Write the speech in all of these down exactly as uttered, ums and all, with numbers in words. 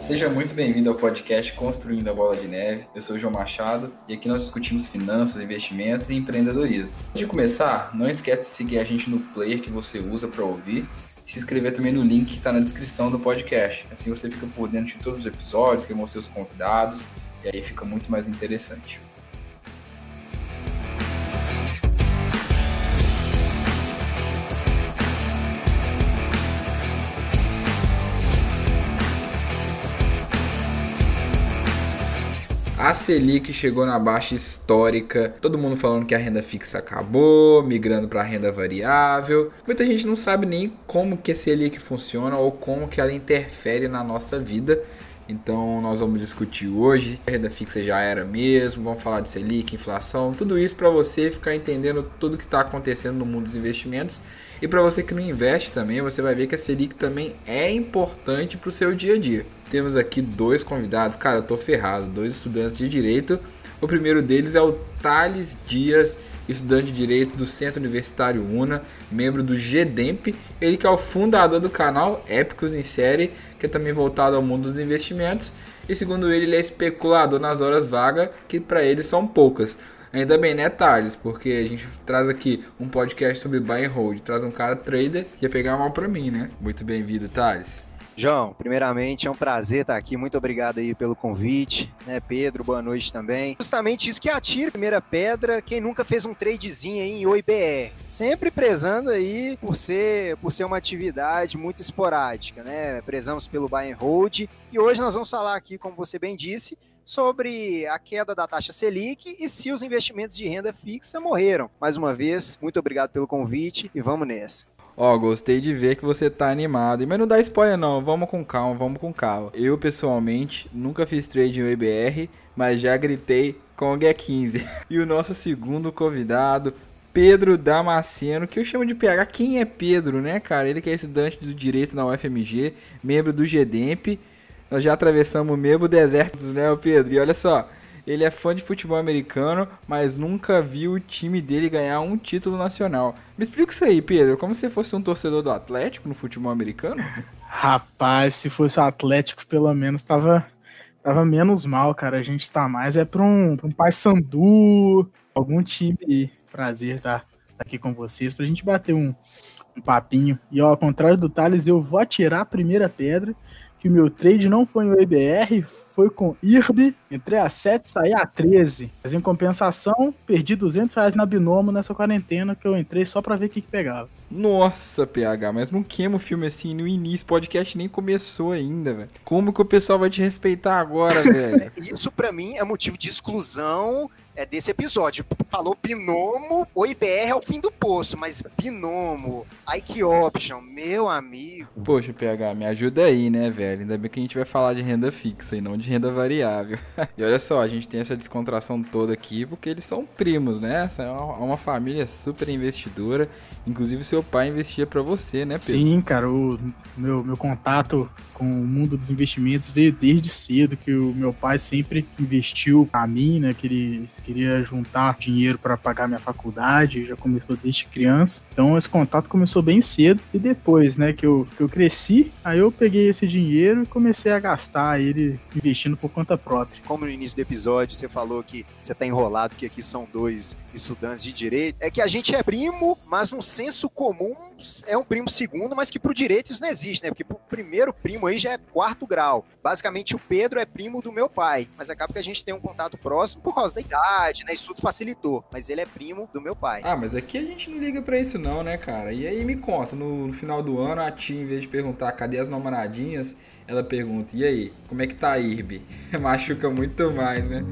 Seja muito bem-vindo ao podcast Construindo a Bola de Neve. Eu sou o João Machado e aqui nós discutimos finanças, investimentos e empreendedorismo. Antes de começar, não esquece de seguir a gente no player que você usa para ouvir e se inscrever também no link que está na descrição do podcast. Assim você fica por dentro de todos os episódios, quem vão ser os convidados, e aí fica muito mais interessante. A Selic chegou na baixa histórica, todo mundo falando que a renda fixa acabou, migrando para a renda variável. Muita gente não sabe nem como que a Selic funciona ou como que ela interfere na nossa vida. Então nós vamos discutir hoje, a renda fixa já era mesmo, vamos falar de Selic, inflação, tudo isso para você ficar entendendo tudo que está acontecendo no mundo dos investimentos. E para você que não investe também, você vai ver que a Selic também é importante para o seu dia a dia. Temos aqui dois convidados, cara, eu tô ferrado, dois estudantes de Direito. O primeiro deles é o Thales Dias, estudante de Direito do Centro Universitário UNA, membro do GEDEMP, ele que é o fundador do canal Épicos em Série, que é também voltado ao mundo dos investimentos, e segundo ele, ele é especulador nas horas vagas, que para ele são poucas. Ainda bem, né, Thales? Porque a gente traz aqui um podcast sobre buy and hold, traz um cara trader, ia pegar mal para mim, né? Muito bem-vindo, Thales. João, primeiramente é um prazer estar aqui, muito obrigado aí pelo convite, né, Pedro, boa noite também. Justamente isso que atira a primeira pedra, quem nunca fez um tradezinho aí em Oi B R, sempre prezando aí por ser, por ser uma atividade muito esporádica, né, prezamos pelo buy and hold, e hoje nós vamos falar aqui, como você bem disse, sobre a queda da taxa Selic e se os investimentos de renda fixa morreram. Mais uma vez, muito obrigado pelo convite e vamos nessa. Ó, oh, gostei de ver que você tá animado. Mas não dá spoiler não, vamos com calma, vamos com calma. Eu, pessoalmente, nunca fiz trade em E B R, mas já gritei com o G quinze. E o nosso segundo convidado, Pedro Damasceno, que eu chamo de P H. Quem é Pedro, né, cara? Ele que é estudante do Direito na U F M G, membro do GEDEMP. Nós já atravessamos o mesmo deserto, né, Pedro? E olha só, ele é fã de futebol americano, mas nunca viu o time dele ganhar um título nacional. Me explica isso aí, Pedro. Como se fosse um torcedor do Atlético no futebol americano? Rapaz, se fosse o Atlético, pelo menos tava, tava menos mal, cara. A gente tá mais é pra um, pra um Paysandu, algum time. Prazer estar tá, tá aqui com vocês, pra gente bater um, um papinho. E ó, ao contrário do Thales, eu vou atirar a primeira pedra, que o meu trade não foi no E B R, foi com I R B, entrei a sete, saí a treze. Mas em compensação, perdi duzentos reais na Binomo nessa quarentena que eu entrei só pra ver o que, que pegava. Nossa, P H, mas não queima o filme assim no início, o podcast nem começou ainda, velho. Como que o pessoal vai te respeitar agora, velho? Isso pra mim é motivo de exclusão é, desse episódio. Falou Binomo, o I B R é o fim do poço, mas Binomo, Ike Option, meu amigo. Poxa, P H, me ajuda aí, né, velho? Ainda bem que a gente vai falar de renda fixa e não de renda variável. E olha só, a gente tem essa descontração toda aqui porque eles são primos, né? É uma, uma família super investidora. Inclusive, seu pai investia pra você, né, Pedro? Sim, cara, o meu, meu contato com o mundo dos investimentos veio desde cedo, que o meu pai sempre investiu pra mim, né, que ele queria juntar dinheiro para pagar minha faculdade, já começou desde criança. Então esse contato começou bem cedo e depois, né, que eu, que eu cresci, aí eu peguei esse dinheiro e comecei a gastar ele investindo por conta própria. Como no início do episódio você falou que você tá enrolado, que aqui são dois estudantes de direito, é que a gente é primo, mas no senso comum é um primo segundo, mas que pro direito isso não existe, né, porque pro primeiro primo aí já é quarto grau. Basicamente o Pedro é primo do meu pai, mas acaba que a gente tem um contato próximo por causa da idade, né, isso tudo facilitou, mas ele é primo do meu pai. Ah, mas aqui a gente não liga pra isso não, né, cara? E aí me conta, no, no final do ano a tia, em vez de perguntar cadê as namoradinhas, ela pergunta, e aí, como é que tá a I R B? Machuca muito mais, né?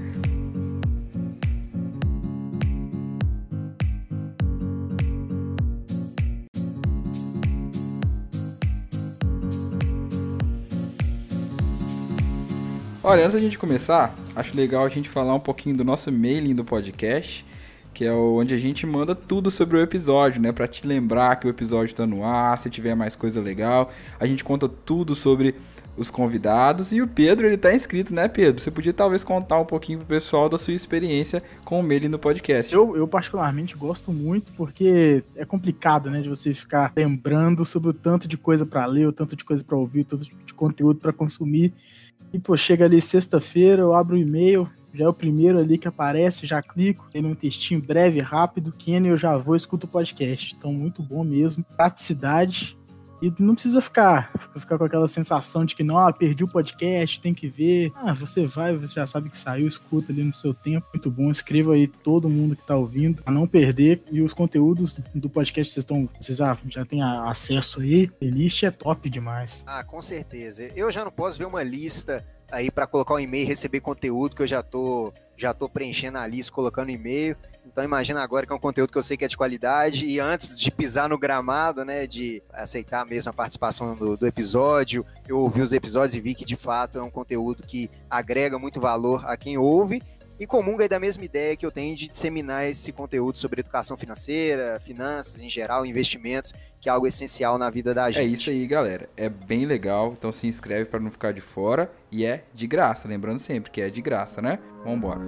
Olha, antes da gente começar, acho legal a gente falar um pouquinho do nosso mailing do podcast, que é onde a gente manda tudo sobre o episódio, né? Pra te lembrar que o episódio tá no ar, se tiver mais coisa legal. A gente conta tudo sobre os convidados. E o Pedro, ele tá inscrito, né, Pedro? Você podia talvez contar um pouquinho pro pessoal da sua experiência com o mailing no podcast. Eu, eu particularmente gosto muito porque é complicado, né, de você ficar lembrando sobre o tanto de coisa pra ler, o tanto de coisa pra ouvir, o tanto de conteúdo pra consumir. E, pô, chega ali sexta-feira, eu abro o e-mail, já é o primeiro ali que aparece, já clico, tem um textinho breve, rápido, pequeno, e eu já vou e escuto o podcast. Então, muito bom mesmo. Praticidade. E não precisa ficar, ficar com aquela sensação de que, não, ah, perdi o podcast, tem que ver. Ah, você vai, você já sabe que saiu, escuta ali no seu tempo. Muito bom, escreva aí todo mundo que tá ouvindo, pra não perder. E os conteúdos do podcast, vocês, estão, vocês já, já têm acesso aí. A playlist é top demais. Ah, com certeza. Eu já não posso ver uma lista aí para colocar um e-mail e receber conteúdo, que eu já tô, já tô preenchendo a lista, colocando e-mail. Então imagina agora que é um conteúdo que eu sei que é de qualidade, e antes de pisar no gramado, né, de aceitar mesmo a participação do, do episódio, eu ouvi os episódios e vi que de fato é um conteúdo que agrega muito valor a quem ouve, e comunga aí da mesma ideia que eu tenho de disseminar esse conteúdo sobre educação financeira, finanças em geral, investimentos, que é algo essencial na vida da gente. É isso aí, galera. É bem legal, então se inscreve para não ficar de fora, e é de graça, lembrando sempre que é de graça, né? Vambora.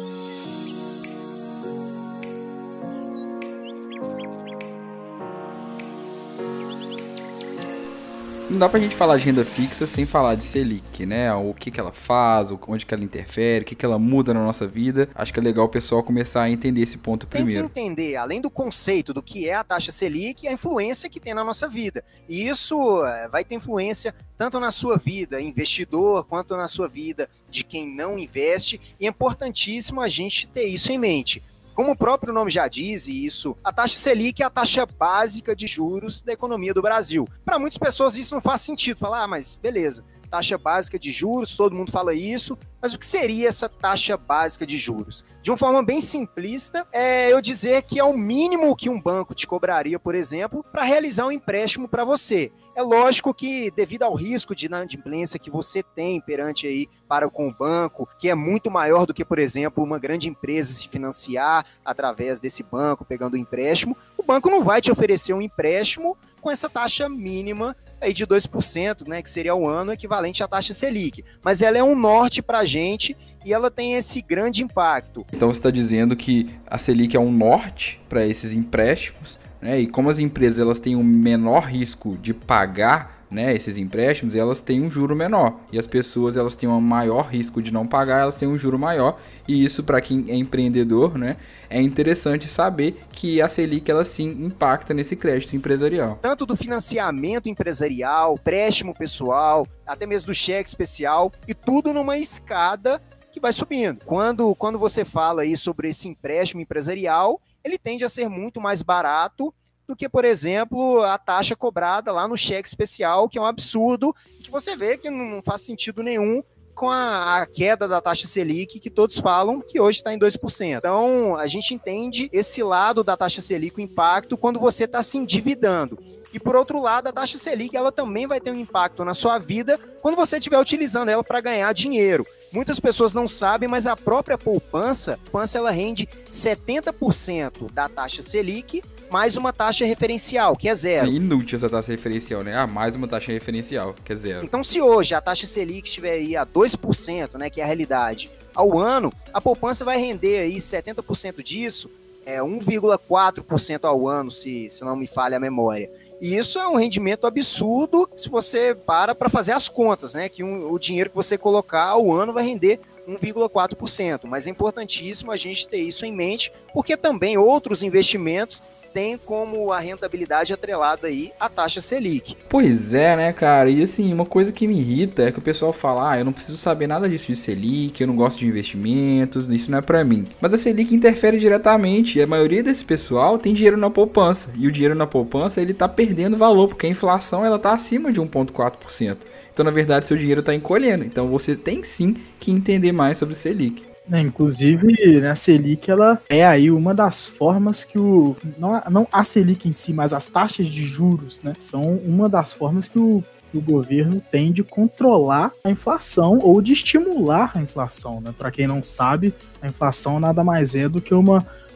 Não dá pra gente falar de renda fixa sem falar de Selic, né? O que que ela faz, onde que ela interfere, o que que ela muda na nossa vida. Acho que é legal o pessoal começar a entender esse ponto primeiro. Tem que entender, além do conceito do que é a taxa Selic, a influência que tem na nossa vida. E isso vai ter influência tanto na sua vida investidor, quanto na sua vida de quem não investe. E é importantíssimo a gente ter isso em mente. Como o próprio nome já diz, e isso, a taxa Selic é a taxa básica de juros da economia do Brasil. Para muitas pessoas isso não faz sentido, falar, ah, mas beleza, taxa básica de juros, todo mundo fala isso, mas o que seria essa taxa básica de juros? De uma forma bem simplista, é eu dizer que é o mínimo que um banco te cobraria, por exemplo, para realizar um empréstimo para você. É lógico que, devido ao risco de inadimplência que você tem perante aí para com o banco, que é muito maior do que, por exemplo, uma grande empresa se financiar através desse banco, pegando um empréstimo, o banco não vai te oferecer um empréstimo com essa taxa mínima aí de dois por cento, né, que seria ao ano equivalente à taxa Selic. Mas ela é um norte para a gente e ela tem esse grande impacto. Então você está dizendo que a Selic é um norte para esses empréstimos, né? E como as empresas elas têm um menor risco de pagar, né, esses empréstimos, elas têm um juro menor. E as pessoas elas têm um maior risco de não pagar, elas têm um juro maior. E isso, para quem é empreendedor, né, é interessante saber que a Selic ela sim impacta nesse crédito empresarial. Tanto do financiamento empresarial, empréstimo pessoal, até mesmo do cheque especial, e tudo numa escada que vai subindo. Quando, quando você fala aí sobre esse empréstimo empresarial, ele tende a ser muito mais barato do que, por exemplo, a taxa cobrada lá no cheque especial, que é um absurdo, e que você vê que não faz sentido nenhum com a, a queda da taxa Selic, que todos falam que hoje está em dois por cento. Então, a gente entende esse lado da taxa Selic, o impacto, quando você está se endividando. E, por outro lado, a taxa Selic ela também vai ter um impacto na sua vida quando você estiver utilizando ela para ganhar dinheiro. Muitas pessoas não sabem, mas a própria poupança, a poupança ela rende setenta por cento da taxa Selic mais uma taxa referencial, que é zero. É inútil essa taxa referencial, né? Ah, mais uma taxa referencial, que é zero. Então, se hoje a taxa Selic estiver aí a dois por cento, né, que é a realidade, ao ano, a poupança vai render aí setenta por cento disso, é um vírgula quatro por cento ao ano, se, se não me falha a memória. E isso é um rendimento absurdo se você para para fazer as contas, né? Que um, o dinheiro que você colocar ao ano vai render um vírgula quatro por cento. Mas é importantíssimo a gente ter isso em mente, porque também outros investimentos têm como a rentabilidade atrelada aí à taxa Selic. Pois é, né, cara? E assim, uma coisa que me irrita é que o pessoal fala, ah, eu não preciso saber nada disso de Selic, eu não gosto de investimentos, isso não é pra mim. Mas a Selic interfere diretamente e a maioria desse pessoal tem dinheiro na poupança. E o dinheiro na poupança, ele tá perdendo valor, porque a inflação, ela tá acima de um vírgula quatro por cento. Então, na verdade, seu dinheiro tá encolhendo. Então, você tem sim que entender mais sobre Selic. É, inclusive, né, a Selic ela é aí uma das formas que o... Não, não a Selic em si, mas as taxas de juros, né, são uma das formas que o, que o governo tem de controlar a inflação ou de estimular a inflação. Né? Para quem não sabe, a inflação nada mais é do que uma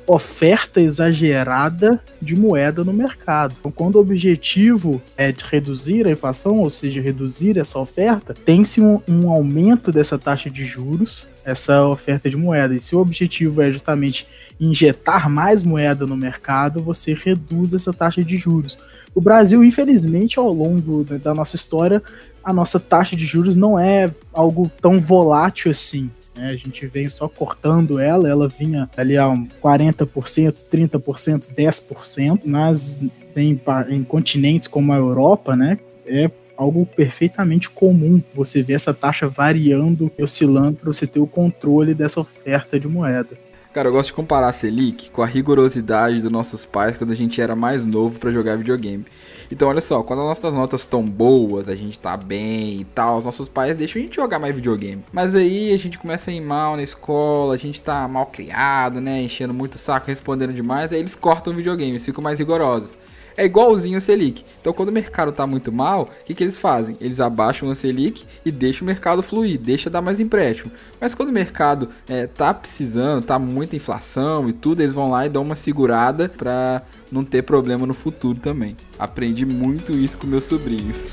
oferta exagerada de moeda no mercado. Então, quando o objetivo é de reduzir a inflação, ou seja, reduzir essa oferta, tem-se um, um aumento dessa taxa de juros, essa oferta de moeda. E se o objetivo é justamente injetar mais moeda no mercado, você reduz essa taxa de juros. O Brasil, infelizmente, ao longo da nossa história, a nossa taxa de juros não é algo tão volátil assim. A gente veio só cortando ela, ela vinha ali a quarenta por cento, trinta por cento, dez por cento, mas em, em continentes como a Europa, né, é algo perfeitamente comum você ver essa taxa variando, oscilando, para você ter o controle dessa oferta de moeda. Cara, eu gosto de comparar a Selic com a rigorosidade dos nossos pais quando a gente era mais novo pra jogar videogame. Então olha só, quando as nossas notas estão boas, a gente tá bem e tal, os nossos pais deixam a gente jogar mais videogame. Mas aí a gente começa a ir mal na escola, a gente tá mal criado, né, enchendo muito o saco, respondendo demais, aí eles cortam o videogame, ficam mais rigorosos. É igualzinho a Selic. Então quando o mercado tá muito mal, o que, que eles fazem? Eles abaixam a Selic e deixam o mercado fluir, deixa dar mais empréstimo. Mas quando o mercado é, tá precisando, tá muita inflação e tudo, eles vão lá e dão uma segurada pra não ter problema no futuro também. Aprendi muito isso com meus sobrinhos.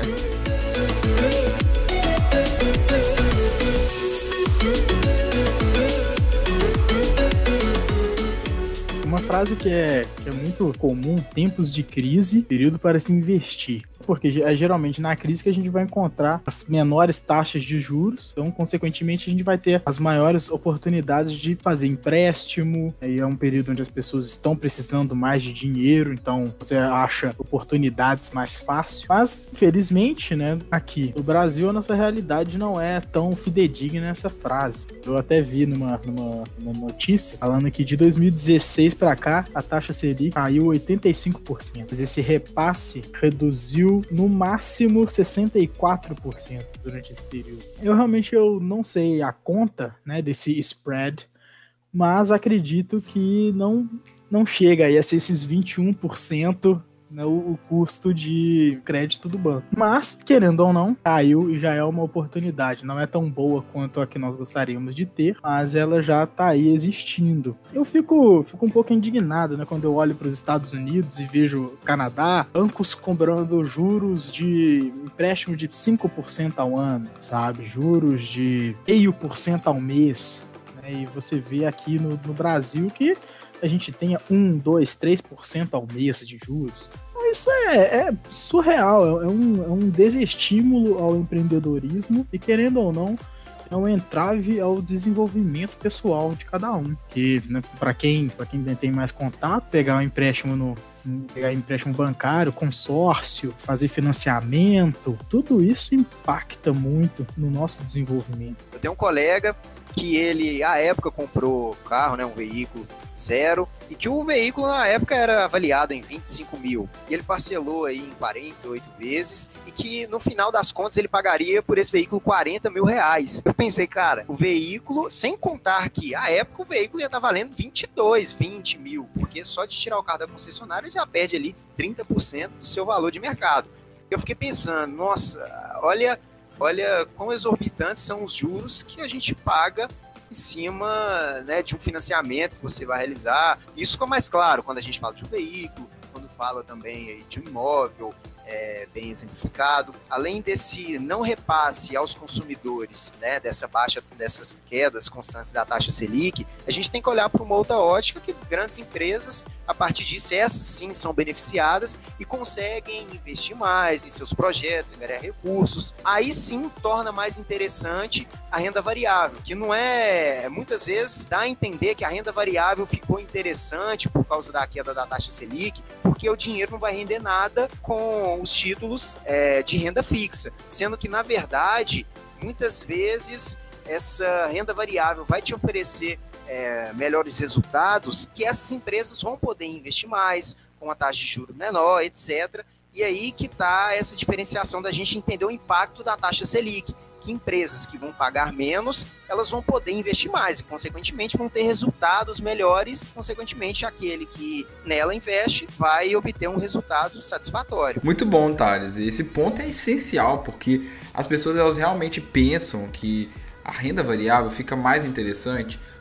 Uma frase que é, que é muito comum: tempos de crise, período para se investir. Porque é geralmente na crise que a gente vai encontrar as menores taxas de juros, então, consequentemente, a gente vai ter as maiores oportunidades de fazer empréstimo. Aí é um período onde as pessoas estão precisando mais de dinheiro, então você acha oportunidades mais fácil. Mas, infelizmente, né, aqui no Brasil, a nossa realidade não é tão fidedigna nessa frase. Eu até vi numa, numa, numa notícia falando que de dois mil e dezesseis para cá, a taxa Selic caiu oitenta e cinco por cento. Mas esse repasse reduziu no máximo sessenta e quatro por cento durante esse período. Eu realmente eu não sei a conta, né, desse spread, mas acredito que não, não chega aí a ser esses vinte e um por cento, né, o, o custo de crédito do banco. Mas, querendo ou não, caiu e já é uma oportunidade. Não é tão boa quanto a que nós gostaríamos de ter, mas ela já tá aí existindo. Eu fico, fico um pouco indignado, né, quando eu olho para os Estados Unidos e vejo o Canadá, bancos cobrando juros de empréstimo de cinco por cento ao ano, sabe? Juros de zero vírgula cinco por cento ao mês. Né? E você vê aqui no, no Brasil que a gente tenha um, dois, três por cento ao mês de juros. Isso é, é surreal, é um, é um desestímulo ao empreendedorismo e, querendo ou não, é um entrave ao desenvolvimento pessoal de cada um. Que, né, para quem, para quem tem mais contato, pegar um empréstimo no pegar empréstimo bancário, consórcio, fazer financiamento, tudo isso impacta muito no nosso desenvolvimento. Eu tenho um colega que ele, à época, comprou carro, né, um veículo zero, e que o veículo, na época, era avaliado em vinte e cinco mil. E ele parcelou aí em quarenta e oito vezes, e que, no final das contas, ele pagaria por esse veículo quarenta mil reais. Eu pensei, cara, o veículo, sem contar que, à época, o veículo ia estar valendo vinte e dois, vinte mil, porque só de tirar o carro da concessionária, já perde ali trinta por cento do seu valor de mercado. Eu fiquei pensando, nossa, olha... Olha quão exorbitantes são os juros que a gente paga em cima, né, de um financiamento que você vai realizar. Isso fica mais claro quando a gente fala de um veículo, quando fala também aí de um imóvel, é, bem exemplificado. Além desse não repasse aos consumidores, né, dessa baixa, dessas quedas constantes da taxa Selic, a gente tem que olhar para uma outra ótica que grandes empresas, a partir disso, essas sim são beneficiadas e conseguem investir mais em seus projetos, angariar recursos. Aí sim torna mais interessante a renda variável, que não é, muitas vezes dá a entender que a renda variável ficou interessante por causa da queda da taxa Selic, porque o dinheiro não vai render nada com os títulos é, de renda fixa, sendo que, na verdade, muitas vezes essa renda variável vai te oferecer É, melhores resultados, que essas empresas vão poder investir mais, com uma taxa de juros menor, etcétera. E aí que está essa diferenciação da gente entender o impacto da taxa Selic, que empresas que vão pagar menos, elas vão poder investir mais e, consequentemente, vão ter resultados melhores. Consequentemente, aquele que nela investe vai obter um resultado satisfatório. Muito bom, Thales. Esse ponto é essencial, porque as pessoas elas realmente pensam que a renda variável fica mais interessante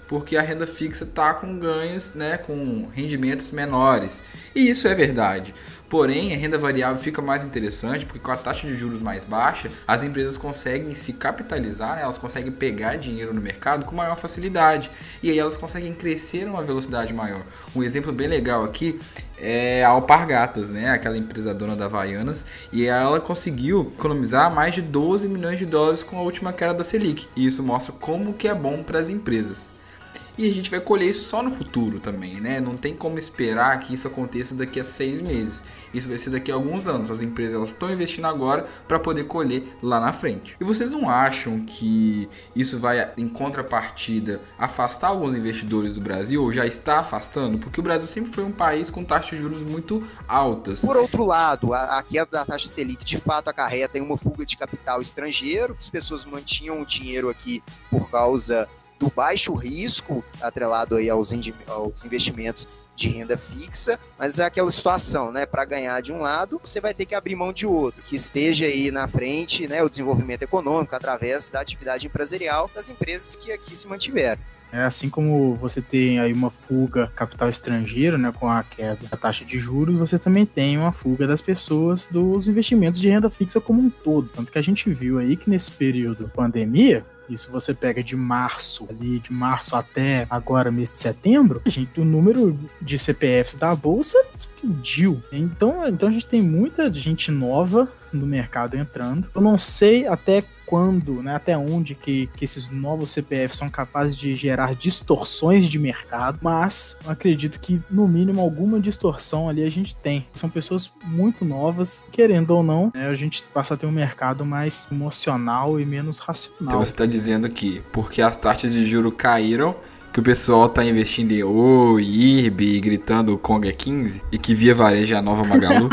porque a renda fixa está com ganhos, né, com rendimentos menores. E isso é verdade. Porém, a renda variável fica mais interessante porque com a taxa de juros mais baixa, as empresas conseguem se capitalizar, né? Elas conseguem pegar dinheiro no mercado com maior facilidade. E aí elas conseguem crescer a uma velocidade maior. Um exemplo bem legal aqui é a Alpargatas, né? Aquela empresa dona da Havaianas. E ela conseguiu economizar mais de doze milhões de dólares com a última queda da Selic. E isso mostra como que é bom para as empresas. E a gente vai colher isso só no futuro também, né? Não tem como esperar que isso aconteça daqui a seis meses. Isso vai ser daqui a alguns anos. As empresas elas estão investindo agora para poder colher lá na frente. E vocês não acham que isso vai, em contrapartida, afastar alguns investidores do Brasil? Ou já está afastando? Porque o Brasil sempre foi um país com taxas de juros muito altas. Por outro lado, a, a queda da taxa Selic de fato acarreta em uma fuga de capital estrangeiro. As pessoas mantinham o dinheiro aqui por causa do baixo risco atrelado aí aos, aos investimentos de renda fixa, mas é aquela situação, né? Para ganhar de um lado, você vai ter que abrir mão de outro, que esteja aí na frente, né? O desenvolvimento econômico através da atividade empresarial das empresas que aqui se mantiveram. É assim como você tem aí uma fuga capital estrangeiro, né, com a queda da taxa de juros, você também tem uma fuga das pessoas dos investimentos de renda fixa como um todo. Tanto que a gente viu aí que nesse período de pandemia, isso você pega de março, ali de março até agora, mês de setembro, a gente, o número de C P Fs da Bolsa explodiu. Então, então a gente tem muita gente nova no mercado entrando. Eu não sei até quando, né, até onde que, que esses novos C P Fs são capazes de gerar distorções de mercado, mas eu acredito que no mínimo alguma distorção ali a gente tem. São pessoas muito novas, querendo ou não, né, a gente passa a ter um mercado mais emocional e menos racional. Então você está dizendo que porque as taxas de juros caíram, que o pessoal tá investindo em Oi, I R B, gritando Kong é quinze, e que Via Varejo é a nova Magalu?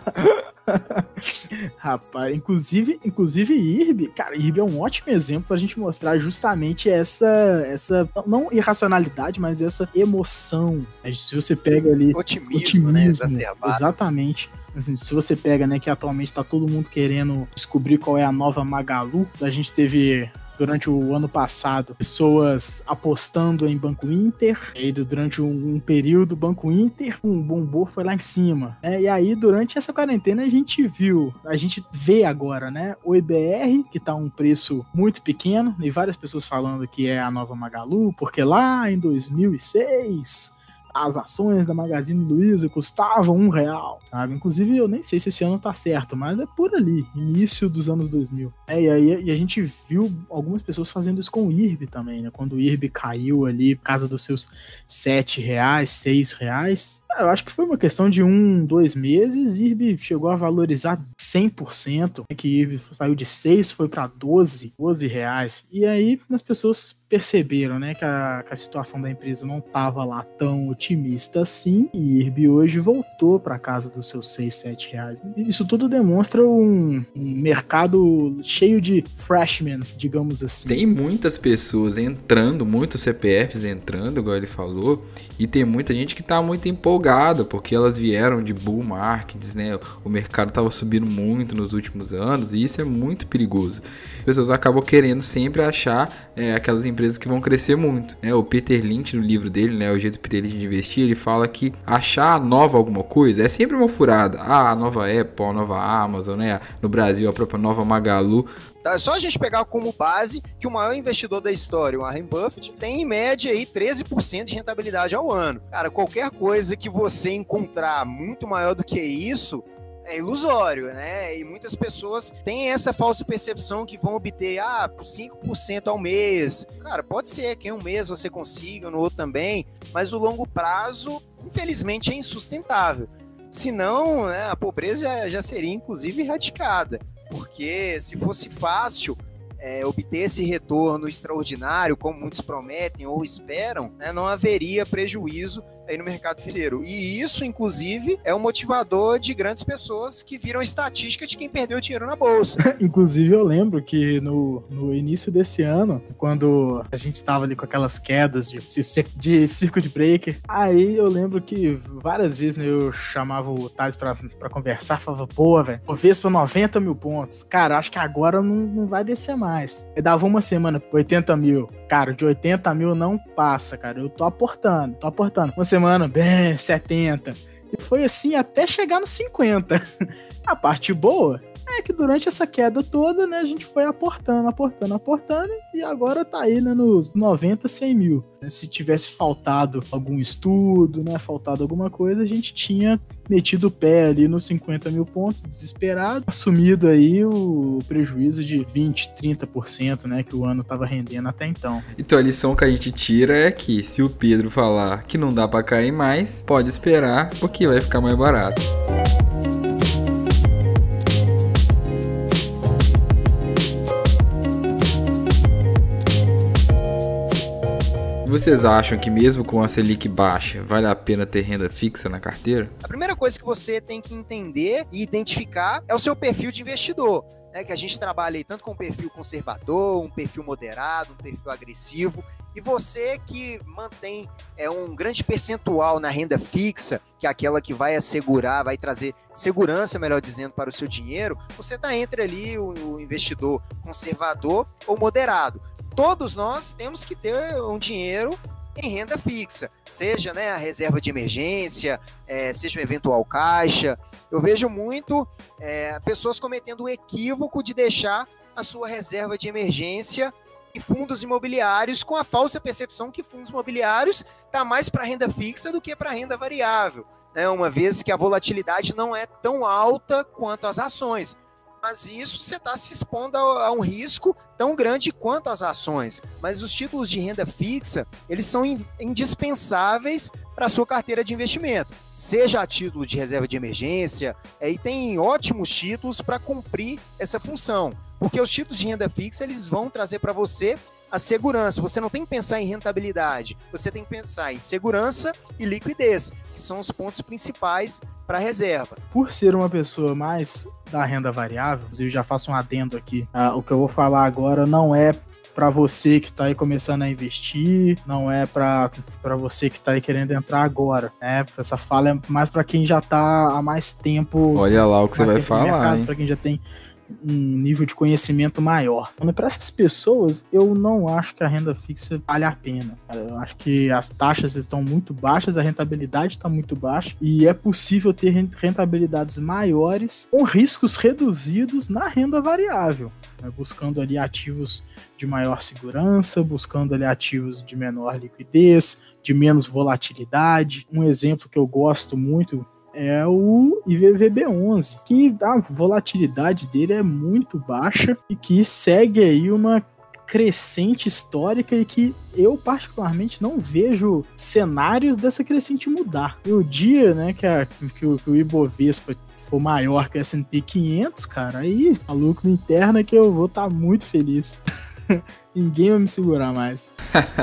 Rapaz, inclusive, inclusive I R B, cara, I R B é um ótimo exemplo pra gente mostrar justamente essa, essa não irracionalidade, mas essa emoção. Se você pega ali... Otimismo, otimismo né? Exacerbado. Exatamente. Assim, se você pega, né, que atualmente tá todo mundo querendo descobrir qual é a nova Magalu, a gente teve... Durante o ano passado, pessoas apostando em Banco Inter, e aí durante um, um período, Banco Inter, um bombou, foi lá em cima, né? E aí, durante essa quarentena, a gente viu, a gente vê agora, né, o I B R, que tá um preço muito pequeno, e várias pessoas falando que é a nova Magalu, porque lá em dois mil e seis... as ações da Magazine Luiza custavam um real, sabe? Inclusive, eu nem sei se esse ano tá certo, mas é por ali, início dos anos dois mil. É, e aí e a gente viu algumas pessoas fazendo isso com o I R B também, né? Quando o I R B caiu ali por causa dos seus sete reais, seis reais, eu acho que foi uma questão de um, dois meses, I R B chegou a valorizar cem por cento, né? Que I R B saiu de seis, foi para doze, doze reais. E aí as pessoas perceberam, né, que a, que a situação da empresa não estava lá tão otimista assim, e I R B hoje voltou para casa dos seus seis, sete reais. Isso tudo demonstra um, um mercado cheio de freshmen, digamos assim. Tem muitas pessoas entrando, muitos C P Fs entrando, igual ele falou, e tem muita gente que tá muito empolgada, porque elas vieram de bull markets, né? O mercado estava subindo muito nos últimos anos, e isso é muito perigoso. As pessoas acabam querendo sempre achar é, aquelas empresas que vão crescer muito, né? O Peter Lynch, no livro dele, né, O Jeito do Peter Lynch de Investir, ele fala que achar nova alguma coisa é sempre uma furada. Ah, a nova Apple, a nova Amazon, né? No Brasil, a própria nova Magalu. É só a gente pegar como base que o maior investidor da história, o Warren Buffett, tem em média aí treze por cento de rentabilidade ao ano. Cara, qualquer coisa que você encontrar muito maior do que isso é ilusório, né? E muitas pessoas têm essa falsa percepção que vão obter ah, cinco por cento ao mês. Cara, pode ser que em um mês você consiga, no outro também, mas no longo prazo, infelizmente, é insustentável. Senão, né, a pobreza já, já seria, inclusive, erradicada. Porque se fosse fácil é, obter esse retorno extraordinário, como muitos prometem ou esperam, né, não haveria prejuízo aí no mercado financeiro. E isso, inclusive, é um motivador de grandes pessoas que viram estatística de quem perdeu dinheiro na bolsa. Inclusive, eu lembro que no, no início desse ano, quando a gente tava ali com aquelas quedas de, de circuit breaker, aí eu lembro que várias vezes, né, eu chamava o Thales pra, pra conversar, falava, pô, velho, Bovespa noventa mil pontos. Cara, acho que agora não, não vai descer mais. mais. Eu dava uma semana, oitenta mil. Cara, de oitenta mil não passa, cara. Eu tô aportando, tô aportando. Uma semana, bem, setenta. E foi assim até chegar nos cinquenta. A parte boa é que durante essa queda toda, né, a gente foi aportando, aportando, aportando, e agora tá aí, né, nos noventa, cem mil. Se tivesse faltado algum estudo, né, faltado alguma coisa, a gente tinha metido o pé ali nos cinquenta mil pontos, desesperado, assumido aí o prejuízo de vinte, trinta por cento, né, que o ano tava rendendo até então. Então a lição que a gente tira é que se o Pedro falar que não dá pra cair mais, pode esperar, porque vai ficar mais barato. Vocês acham que mesmo com a Selic baixa, vale a pena ter renda fixa na carteira? A primeira coisa que você tem que entender e identificar é o seu perfil de investidor, né? Que a gente trabalha aí tanto com um perfil conservador, um perfil moderado, um perfil agressivo. E você que mantém é, um grande percentual na renda fixa, que é aquela que vai assegurar, vai trazer segurança, melhor dizendo, para o seu dinheiro, você está entre ali o, o investidor conservador ou moderado. Todos nós temos que ter um dinheiro em renda fixa, seja, né, a reserva de emergência, é, seja o eventual caixa. Eu vejo muito é, pessoas cometendo o equívoco de deixar a sua reserva de emergência em fundos imobiliários, com a falsa percepção que fundos imobiliários está mais para renda fixa do que para renda variável, né, uma vez que a volatilidade não é tão alta quanto as ações. Mas isso você está se expondo a, a um risco tão grande quanto as ações. Mas os títulos de renda fixa, eles são in, indispensáveis para a sua carteira de investimento. Seja a título de reserva de emergência, é, e tem ótimos títulos para cumprir essa função. Porque os títulos de renda fixa, eles vão trazer para você a segurança. Você não tem que pensar em rentabilidade, você tem que pensar em segurança e liquidez, que são os pontos principais para a reserva. Por ser uma pessoa mais da renda variável, eu já faço um adendo aqui, ah, o que eu vou falar agora não é para você que está aí começando a investir, não é para você que está aí querendo entrar agora, né? Essa fala é mais para quem já está há mais tempo. Olha lá o que você vai falar, para quem já tem um nível de conhecimento maior. Para essas pessoas, eu não acho que a renda fixa vale a pena. Eu acho que as taxas estão muito baixas, a rentabilidade está muito baixa e é possível ter rentabilidades maiores com riscos reduzidos na renda variável, né? Buscando ali ativos de maior segurança, buscando ali ativos de menor liquidez, de menos volatilidade. Um exemplo que eu gosto muito é o I V V B onze, que a volatilidade dele é muito baixa e que segue aí uma crescente histórica e que eu particularmente não vejo cenários dessa crescente mudar. E o dia, né, que, a, que, o, que o Ibovespa for maior que o S and P quinhentos, cara, aí a lucro interna que eu vou estar tá muito feliz. Ninguém vai me segurar mais.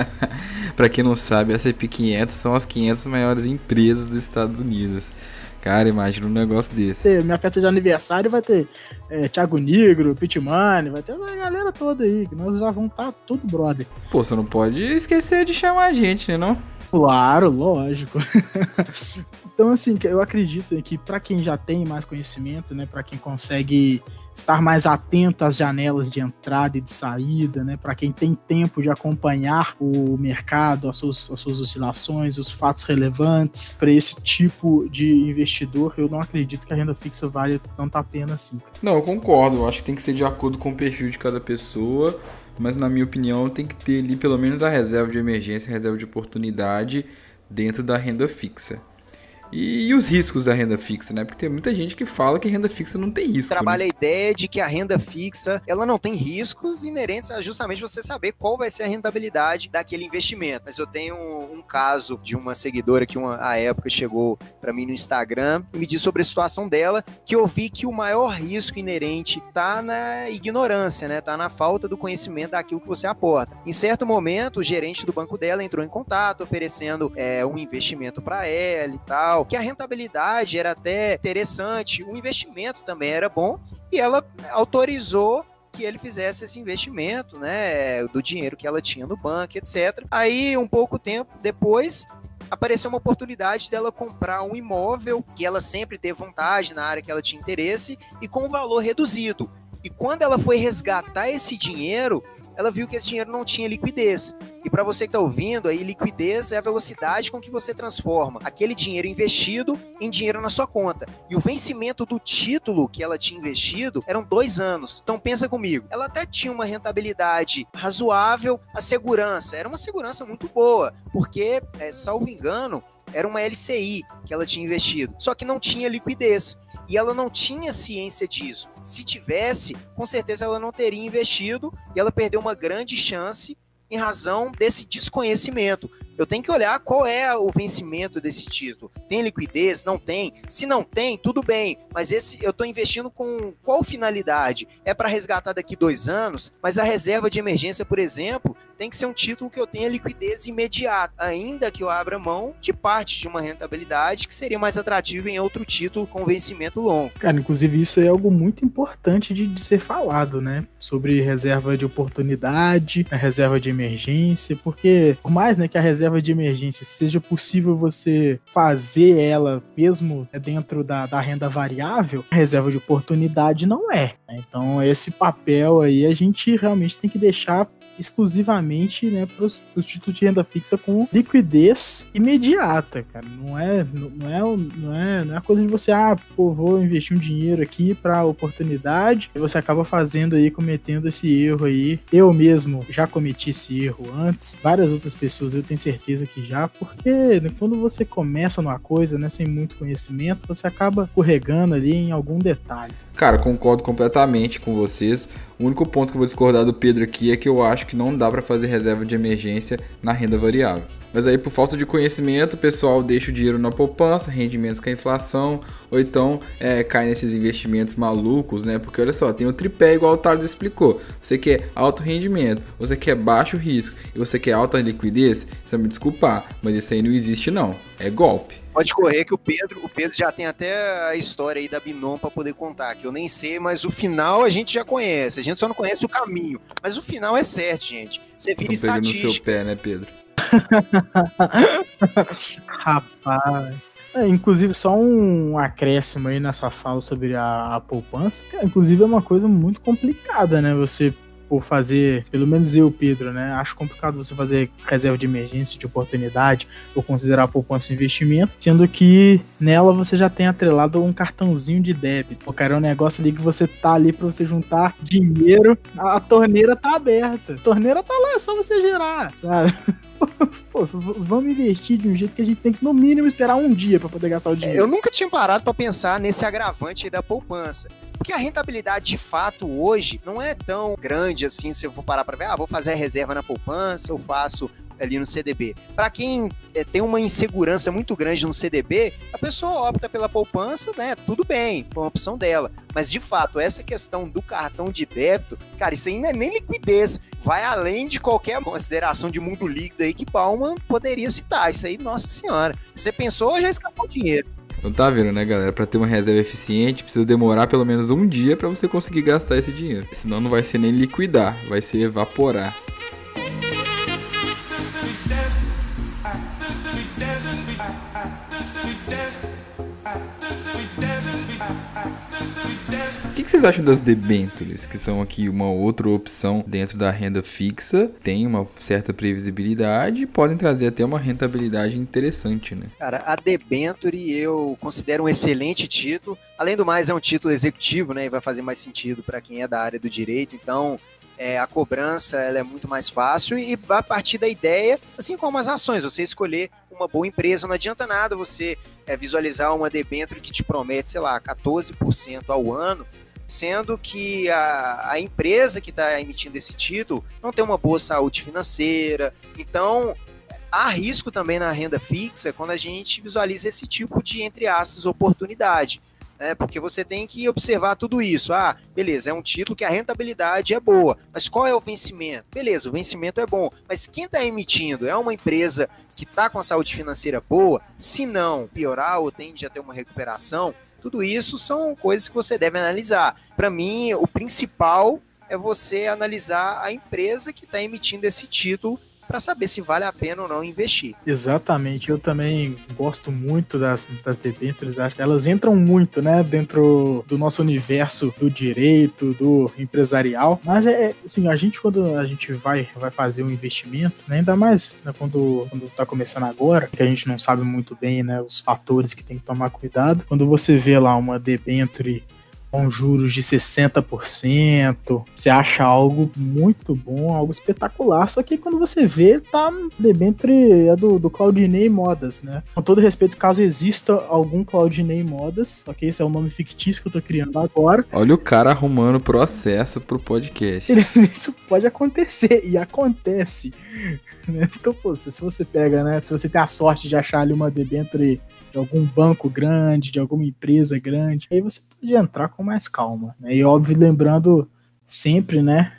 Pra quem não sabe, a S and P quinhentos são as quinhentas maiores empresas dos Estados Unidos. Cara, imagina um negócio desse. Minha festa de aniversário vai ter é, Thiago Negro, Pitmani, vai ter a galera toda aí, que nós já vamos estar tá tudo brother. Pô, você não pode esquecer de chamar a gente, né, não? Claro, lógico. Então, assim, eu acredito que para quem já tem mais conhecimento, né, para quem consegue estar mais atento às janelas de entrada e de saída, né, para quem tem tempo de acompanhar o mercado, as suas, as suas oscilações, os fatos relevantes, para esse tipo de investidor, eu não acredito que a renda fixa vale tanto a pena assim. Não, eu concordo, eu acho que tem que ser de acordo com o perfil de cada pessoa, mas na minha opinião tem que ter ali pelo menos a reserva de emergência, a reserva de oportunidade dentro da renda fixa. E, e os riscos da renda fixa, né? Porque tem muita gente que fala que renda fixa não tem risco. Trabalha, né? A ideia de que a renda fixa, ela não tem riscos inerentes a justamente você saber qual vai ser a rentabilidade daquele investimento. Mas eu tenho um, um caso de uma seguidora que uma, à época chegou para mim no Instagram e me disse sobre a situação dela, que eu vi que o maior risco inerente tá na ignorância, né? Tá na falta do conhecimento daquilo que você aporta. Em certo momento, o gerente do banco dela entrou em contato, oferecendo é, um investimento para ela e tal, que a rentabilidade era até interessante, o investimento também era bom, e ela autorizou que ele fizesse esse investimento, né, do dinheiro que ela tinha no banco, etcétera. Aí, um pouco tempo depois, apareceu uma oportunidade dela comprar um imóvel que ela sempre teve vontade na área que ela tinha interesse e com um valor reduzido. E quando ela foi resgatar esse dinheiro, ela viu que esse dinheiro não tinha liquidez. E para você que está ouvindo, aí liquidez é a velocidade com que você transforma aquele dinheiro investido em dinheiro na sua conta. E o vencimento do título que ela tinha investido eram dois anos. Então pensa comigo, ela até tinha uma rentabilidade razoável, a segurança era uma segurança muito boa, porque, é, salvo engano, era uma L C I que ela tinha investido, só que não tinha liquidez. E ela não tinha ciência disso. Se tivesse, com certeza ela não teria investido e ela perdeu uma grande chance em razão desse desconhecimento. Eu tenho que olhar qual é o vencimento desse título. Tem liquidez? Não tem? Se não tem, tudo bem. Mas esse eu estou investindo com qual finalidade? É para resgatar daqui dois anos? Mas a reserva de emergência, por exemplo, tem que ser um título que eu tenha liquidez imediata, ainda que eu abra mão de parte de uma rentabilidade que seria mais atrativa em outro título com vencimento longo. Cara, inclusive isso é algo muito importante de, de ser falado, né? Sobre reserva de oportunidade, a reserva de emergência, porque por mais, né, que a reserva de emergência seja possível você fazer ela mesmo dentro da, da renda variável, a reserva de oportunidade não é, né? Então esse papel aí a gente realmente tem que deixar exclusivamente, né, para os títulos de renda fixa com liquidez imediata, cara. Não é, não é, não é, não é coisa de você, ah, pô, vou investir um dinheiro aqui para oportunidade, e você acaba fazendo aí, cometendo esse erro aí. Eu mesmo já cometi esse erro antes, várias outras pessoas eu tenho certeza que já, porque, né, quando você começa numa coisa, né, sem muito conhecimento, você acaba escorregando ali em algum detalhe. Cara, concordo completamente com vocês. O único ponto que eu vou discordar do Pedro aqui é que eu acho que não dá para fazer reserva de emergência na renda variável. Mas aí, por falta de conhecimento, o pessoal deixa o dinheiro na poupança, rendimentos com a inflação, ou então é, cai nesses investimentos malucos, né? Porque olha só, tem o tripé igual o Tardo explicou. Você quer alto rendimento, você quer baixo risco e você quer alta liquidez, você vai me desculpar, mas isso aí não existe não, é golpe. Pode correr que o Pedro, o Pedro já tem até a história aí da Binom para poder contar, que eu nem sei, mas o final a gente já conhece, a gente só não conhece o caminho, mas o final é certo, gente. Você vira Estão pegando estatística. no seu pé, né, Pedro? Rapaz. É, inclusive, só um acréscimo aí nessa fala sobre a, a poupança. Cara, inclusive, é uma coisa muito complicada, né? Você por fazer, pelo menos eu, Pedro, né? Acho complicado você fazer reserva de emergência, de oportunidade, ou considerar a poupança um investimento, sendo que nela você já tem atrelado um cartãozinho de débito. Pô, cara, é um negócio ali que você tá ali pra você juntar dinheiro, a, a torneira tá aberta. A torneira tá lá, é só você gerar, sabe? Pô, vamos investir de um jeito que a gente tem que, no mínimo, esperar um dia para poder gastar o dinheiro. Eu nunca tinha parado para pensar nesse agravante aí da poupança. Porque a rentabilidade, de fato, hoje, não é tão grande assim, se eu for parar para ver, ah, vou fazer a reserva na poupança, eu faço ali no C D B. Para quem é, tem uma insegurança muito grande no C D B, a pessoa opta pela poupança, né? Tudo bem, foi uma opção dela. Mas, de fato, essa questão do cartão de débito, cara, isso aí não é nem liquidez. Vai além de qualquer consideração de mundo líquido aí que Bauman poderia citar. Isso aí, nossa senhora. Você pensou, já escapou o dinheiro. Não tá vendo, né, galera? Pra ter uma reserva eficiente, precisa demorar pelo menos um dia pra você conseguir gastar esse dinheiro. Senão não vai ser nem liquidar, vai ser evaporar. O que, que vocês acham das debêntures, que são aqui uma outra opção dentro da renda fixa, tem uma certa previsibilidade e podem trazer até uma rentabilidade interessante, né? Cara, a debenture eu considero um excelente título. Além do mais, é um título executivo, né? E vai fazer mais sentido para quem é da área do direito. Então, é, a cobrança ela é muito mais fácil e vai partir da ideia, assim como as ações, você escolher uma boa empresa. Não adianta nada você é, visualizar uma debenture que te promete, sei lá, quatorze por cento ao ano, sendo que a, a empresa que está emitindo esse título não tem uma boa saúde financeira. Então, há risco também na renda fixa quando a gente visualiza esse tipo de, entre aspas, oportunidade. É, porque você tem que observar tudo isso. Ah, beleza, é um título que a rentabilidade é boa, mas qual é o vencimento? Beleza, o vencimento é bom, mas quem está emitindo é uma empresa que está com a saúde financeira boa? Se não piorar ou tende a ter uma recuperação, tudo isso são coisas que você deve analisar. Para mim, o principal é você analisar a empresa que está emitindo esse título para saber se vale a pena ou não investir. Exatamente, eu também gosto muito das, das debêntures, acho que elas entram muito, né, dentro do nosso universo do direito, do empresarial, mas é assim, a gente quando a gente vai, vai fazer um investimento, né, ainda mais né, quando, quando tá começando agora, que a gente não sabe muito bem, né, os fatores que tem que tomar cuidado, quando você vê lá uma debênture com juros de sessenta por cento, você acha algo muito bom, algo espetacular, só que quando você vê, tá debênture é do, do Claudinei Modas, né? Com todo respeito, caso exista algum Claudinei Modas, ok? Esse é o nome fictício que eu tô criando agora. Olha o cara arrumando processo pro podcast. Isso pode acontecer, e acontece. Então, pô, se você pega, né, se você tem a sorte de achar ali uma debênture de algum banco grande, de alguma empresa grande, aí você pode entrar com mais calma, né? E óbvio, lembrando sempre, né,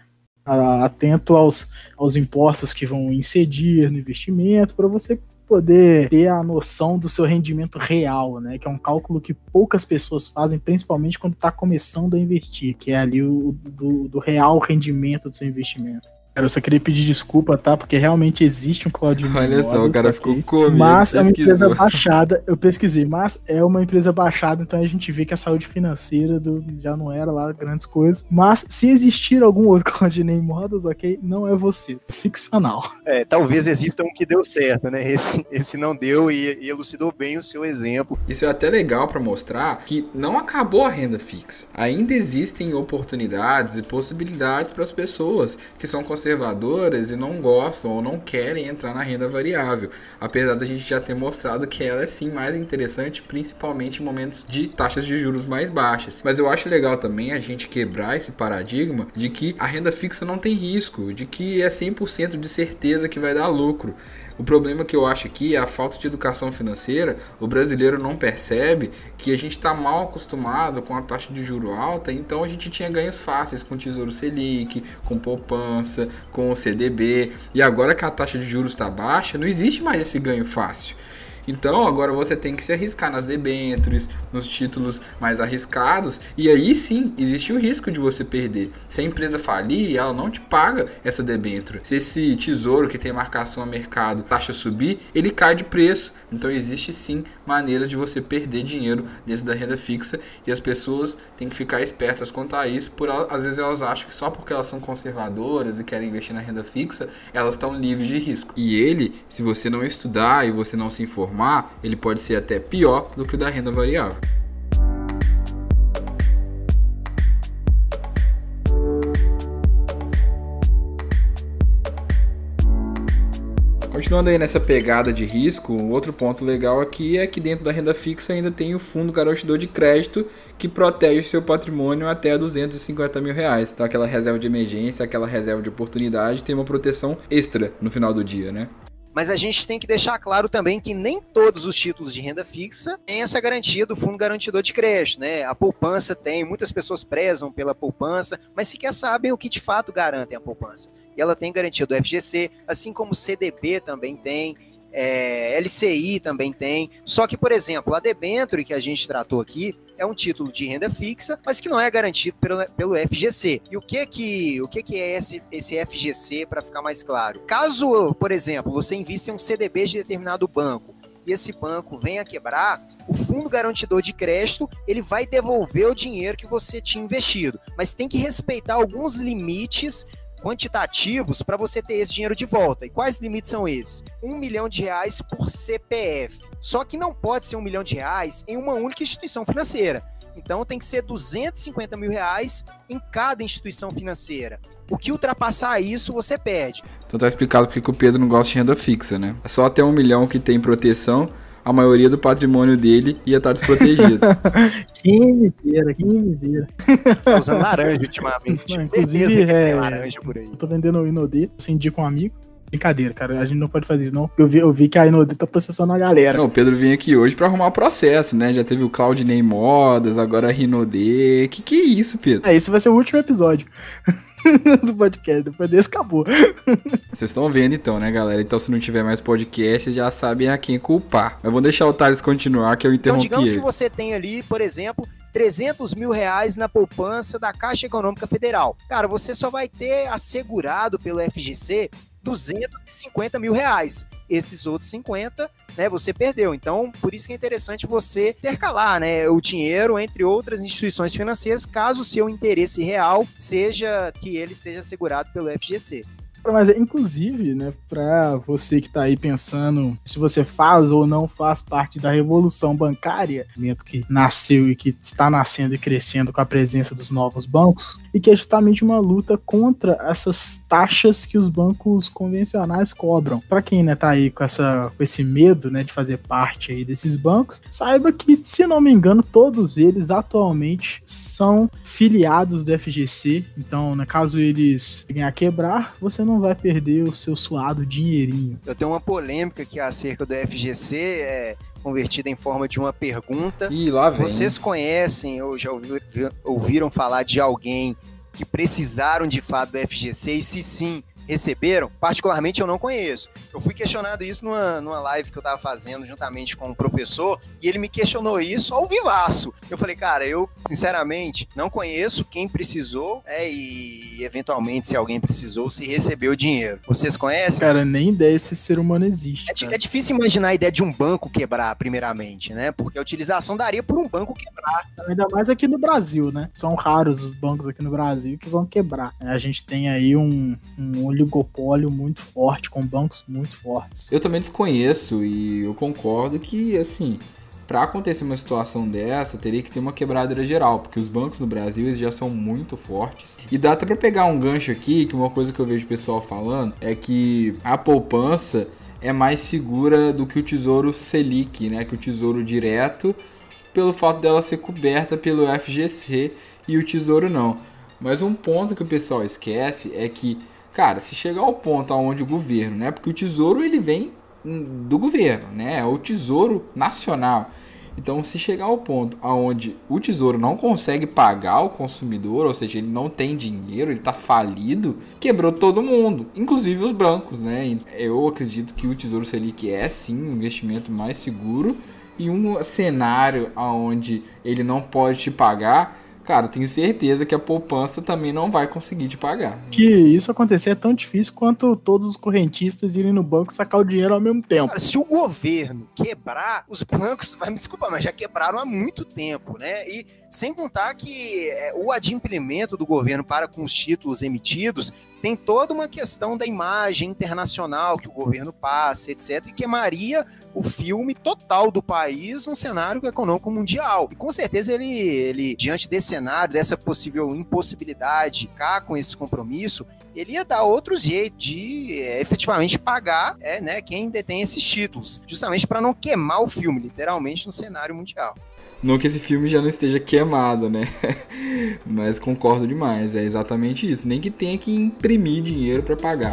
atento aos, aos impostos que vão incidir no investimento, para você poder ter a noção do seu rendimento real, né, que é um cálculo que poucas pessoas fazem, principalmente quando está começando a investir, que é ali o do, do real rendimento do seu investimento. Eu só queria pedir desculpa, tá? Porque realmente existe um Claudinei Modas. Olha só, o cara ficou comigo. Mas é uma empresa baixada. Eu pesquisei, mas é uma empresa baixada, então a gente vê que a saúde financeira do, já não era lá grandes coisas. Mas se existir algum outro Claudinei Modas, ok? Não é você. É ficcional. É, talvez exista um que deu certo, né? Esse, esse não deu e, e elucidou bem o seu exemplo. Isso é até legal para mostrar que não acabou a renda fixa. Ainda existem oportunidades e possibilidades para as pessoas que são conservadoras e não gostam ou não querem entrar na renda variável, apesar da gente já ter mostrado que ela é sim mais interessante, principalmente em momentos de taxas de juros mais baixas. Mas eu acho legal também a gente quebrar esse paradigma de que a renda fixa não tem risco, de que é cem por cento de certeza que vai dar lucro. O problema que eu acho aqui é a falta de educação financeira. O brasileiro não percebe que a gente está mal acostumado com a taxa de juro alta, então a gente tinha ganhos fáceis com o Tesouro Selic, com poupança, com o C D B, e agora que a taxa de juros está baixa, não existe mais esse ganho fácil. Então agora você tem que se arriscar nas debêntures, nos títulos mais arriscados, e aí sim existe o risco de você perder. Se a empresa falir, ela não te paga essa debênture. Se esse tesouro que tem marcação a mercado, taxa subir, ele cai de preço. Então existe sim maneira de você perder dinheiro dentro da renda fixa, e as pessoas têm que ficar espertas quanto a isso. Por, às vezes elas acham que só porque elas são conservadoras e querem investir na renda fixa, elas estão livres de risco. E ele, se você não estudar e você não se informar, ele pode ser até pior do que o da renda variável. Continuando aí nessa pegada de risco, um outro ponto legal aqui é que dentro da renda fixa ainda tem o fundo garantidor de crédito, que protege o seu patrimônio até duzentos e cinquenta mil reais. Então aquela reserva de emergência, aquela reserva de oportunidade tem uma proteção extra no final do dia, né? Mas a gente tem que deixar claro também que nem todos os títulos de renda fixa têm essa garantia do fundo garantidor de crédito, né? A poupança tem, muitas pessoas prezam pela poupança, mas sequer sabem o que de fato garantem a poupança. E ela tem garantia do F G C, assim como o C D B também tem, é, L C I também tem. Só que, por exemplo, a debênture que a gente tratou aqui é um título de renda fixa, mas que não é garantido pelo, pelo F G C. E o que que, o que, que é esse, esse F G C, para ficar mais claro? Caso, por exemplo, você invista em um C D B de determinado banco e esse banco venha a quebrar, o fundo garantidor de crédito ele vai devolver o dinheiro que você tinha investido, mas tem que respeitar alguns limites quantitativos para você ter esse dinheiro de volta. E quais limites são esses? Um milhão de reais por C P F. Só que não pode ser um milhão de reais em uma única instituição financeira. Então tem que ser duzentos e cinquenta mil reais em cada instituição financeira. O que ultrapassar isso, você perde. Então tá explicado porque que o Pedro não gosta de renda fixa, né? É só até um milhão que tem proteção, a maioria do patrimônio dele ia estar desprotegido. Quem me dera, quem me dera. Tô usando laranja ultimamente. Não, inclusive, é, tem laranja por aí. Eu tô vendendo o Inodê, você indica um amigo. Brincadeira, cara, a gente não pode fazer isso não. Eu vi, eu vi que a Inodê tá processando a galera. Não, o Pedro vinha aqui hoje pra arrumar o processo, né? Já teve o Claudinei Modas, agora a Inodê. Que que é isso, Pedro? É, esse vai ser o último episódio do podcast, depois desse acabou. Vocês estão vendo então, né, galera? Então se não tiver mais podcast, vocês já sabem a quem culpar. Mas vou deixar o Thales continuar, que eu interrompi Então digamos ele. que você tem ali, por exemplo, trezentos mil reais na poupança da Caixa Econômica Federal. Cara, você só vai ter assegurado pelo F G C duzentos e cinquenta mil reais. Esses outros cinquenta, né, você perdeu. Então, por isso que é interessante você intercalar, né, o dinheiro entre outras instituições financeiras, caso o seu interesse real seja que ele seja assegurado pelo F G C. Mas, inclusive, né, para você que está aí pensando se você faz ou não faz parte da revolução bancária, que nasceu e que está nascendo e crescendo com a presença dos novos bancos, e que é justamente uma luta contra essas taxas que os bancos convencionais cobram. Para quem, né, tá aí com, essa, com esse medo, né, de fazer parte aí desses bancos, saiba que, se não me engano, todos eles atualmente são filiados do F G C. Então, né, caso eles venham a quebrar, você não vai perder o seu suado dinheirinho. Eu tenho uma polêmica aqui acerca do F G C, é, convertida em forma de uma pergunta. Ih, lá vem. Vocês conhecem ou já ouviram, ouviram falar de alguém que precisaram de fato do F G C e se sim, receberam? Particularmente eu não conheço. Eu fui questionado isso numa, numa live que eu tava fazendo juntamente com um professor e ele me questionou isso ao vivaço. Eu falei, cara, eu sinceramente não conheço quem precisou é, e eventualmente se alguém precisou, se recebeu o dinheiro. Vocês conhecem? Cara, nem ideia se esse ser humano existe. É, é difícil imaginar a ideia de um banco quebrar primeiramente, né? Porque a utilização daria por um banco quebrar. Ainda mais aqui no Brasil, né? São raros os bancos aqui no Brasil que vão quebrar. A gente tem aí um, um oligopólio muito forte, com bancos muito fortes. Eu também desconheço e eu concordo que, assim, para acontecer uma situação dessa, teria que ter uma quebradeira geral, porque os bancos no Brasil eles já são muito fortes. E dá até para pegar um gancho aqui, que uma coisa que eu vejo o pessoal falando é que a poupança é mais segura do que o Tesouro Selic, né? Que o Tesouro Direto, pelo fato dela ser coberta pelo F G C e o Tesouro não. Mas um ponto que o pessoal esquece é que, cara, se chegar ao ponto onde o governo, né? Porque o Tesouro ele vem do governo, né? É o Tesouro Nacional. Então, se chegar ao ponto onde o Tesouro não consegue pagar o consumidor, ou seja, ele não tem dinheiro, ele está falido, quebrou todo mundo, inclusive os bancos, né? Eu acredito que o Tesouro Selic é sim um investimento mais seguro e um cenário onde ele não pode te pagar. Cara, tenho certeza que a poupança também não vai conseguir te pagar. Que isso acontecer é tão difícil quanto todos os correntistas irem no banco sacar o dinheiro ao mesmo tempo. Cara, se o governo quebrar, os bancos, vai me desculpar, mas já quebraram há muito tempo, né? E sem contar que é, o adimplemento do governo para com os títulos emitidos tem toda uma questão da imagem internacional que o governo passa, etcétera, e queimaria o filme total do país num cenário econômico mundial. E com certeza ele, ele diante desse cenário, dessa possível impossibilidade de ficar com esse compromisso, ele ia dar outro jeito de é, efetivamente pagar é, né, quem detém esses títulos, justamente para não queimar o filme, literalmente, no cenário mundial. Não que esse filme já não esteja queimado, né? Mas concordo demais, é exatamente isso. Nem que tenha que imprimir dinheiro para pagar.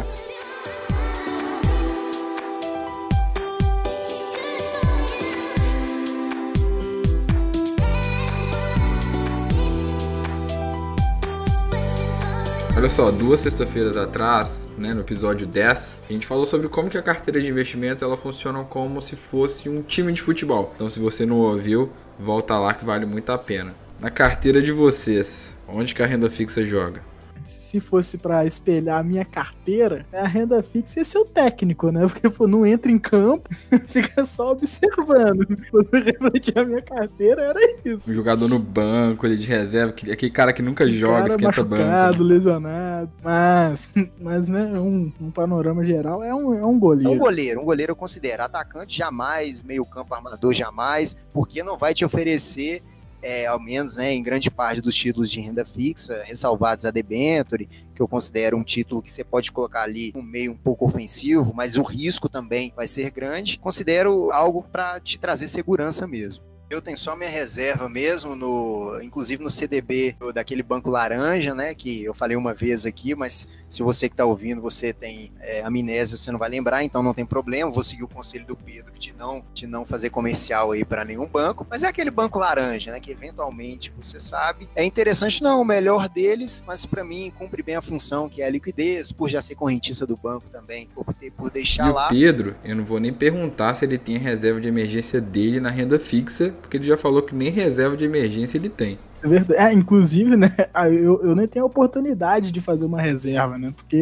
Olha só, duas sextas-feiras atrás, né, no episódio dez, a gente falou sobre como que a carteira de investimentos ela funciona como se fosse um time de futebol. Então, se você não ouviu, volta lá que vale muito a pena. Na carteira de vocês, onde que a renda fixa joga? Se fosse pra espelhar a minha carteira, a renda fixa ia ser o técnico, né? Porque pô, não entra em campo, fica só observando. Quando eu refletir a minha carteira, era isso. Um jogador no banco, ele de reserva, aquele cara que nunca joga, cara esquenta machucado, banco. lesionado. Mas, mas né, um, um panorama geral é um, é um goleiro. É um goleiro, um goleiro eu considero. Atacante jamais, meio campo armador jamais, porque não vai te oferecer... É, ao menos né, em grande parte dos títulos de renda fixa, ressalvados a debenture, que eu considero um título que você pode colocar ali no meio um pouco ofensivo, mas o risco também vai ser grande, considero algo para te trazer segurança mesmo. Eu tenho só minha reserva mesmo, no, inclusive no C D B daquele banco laranja, né, que eu falei uma vez aqui, mas se você que está ouvindo, você tem é, amnésia, você não vai lembrar, então não tem problema, vou seguir o conselho do Pedro de não, de não fazer comercial aí para nenhum banco, mas é aquele banco laranja, né, que eventualmente você sabe, é interessante, não é o melhor deles, mas para mim cumpre bem a função que é a liquidez, por já ser correntista do banco também, por, ter, por deixar e lá. O Pedro, eu não vou nem perguntar se ele tem a reserva de emergência dele na renda fixa, porque ele já falou que nem reserva de emergência ele tem. É verdade. É, inclusive, né, eu, eu nem tenho a oportunidade de fazer uma reserva, né, porque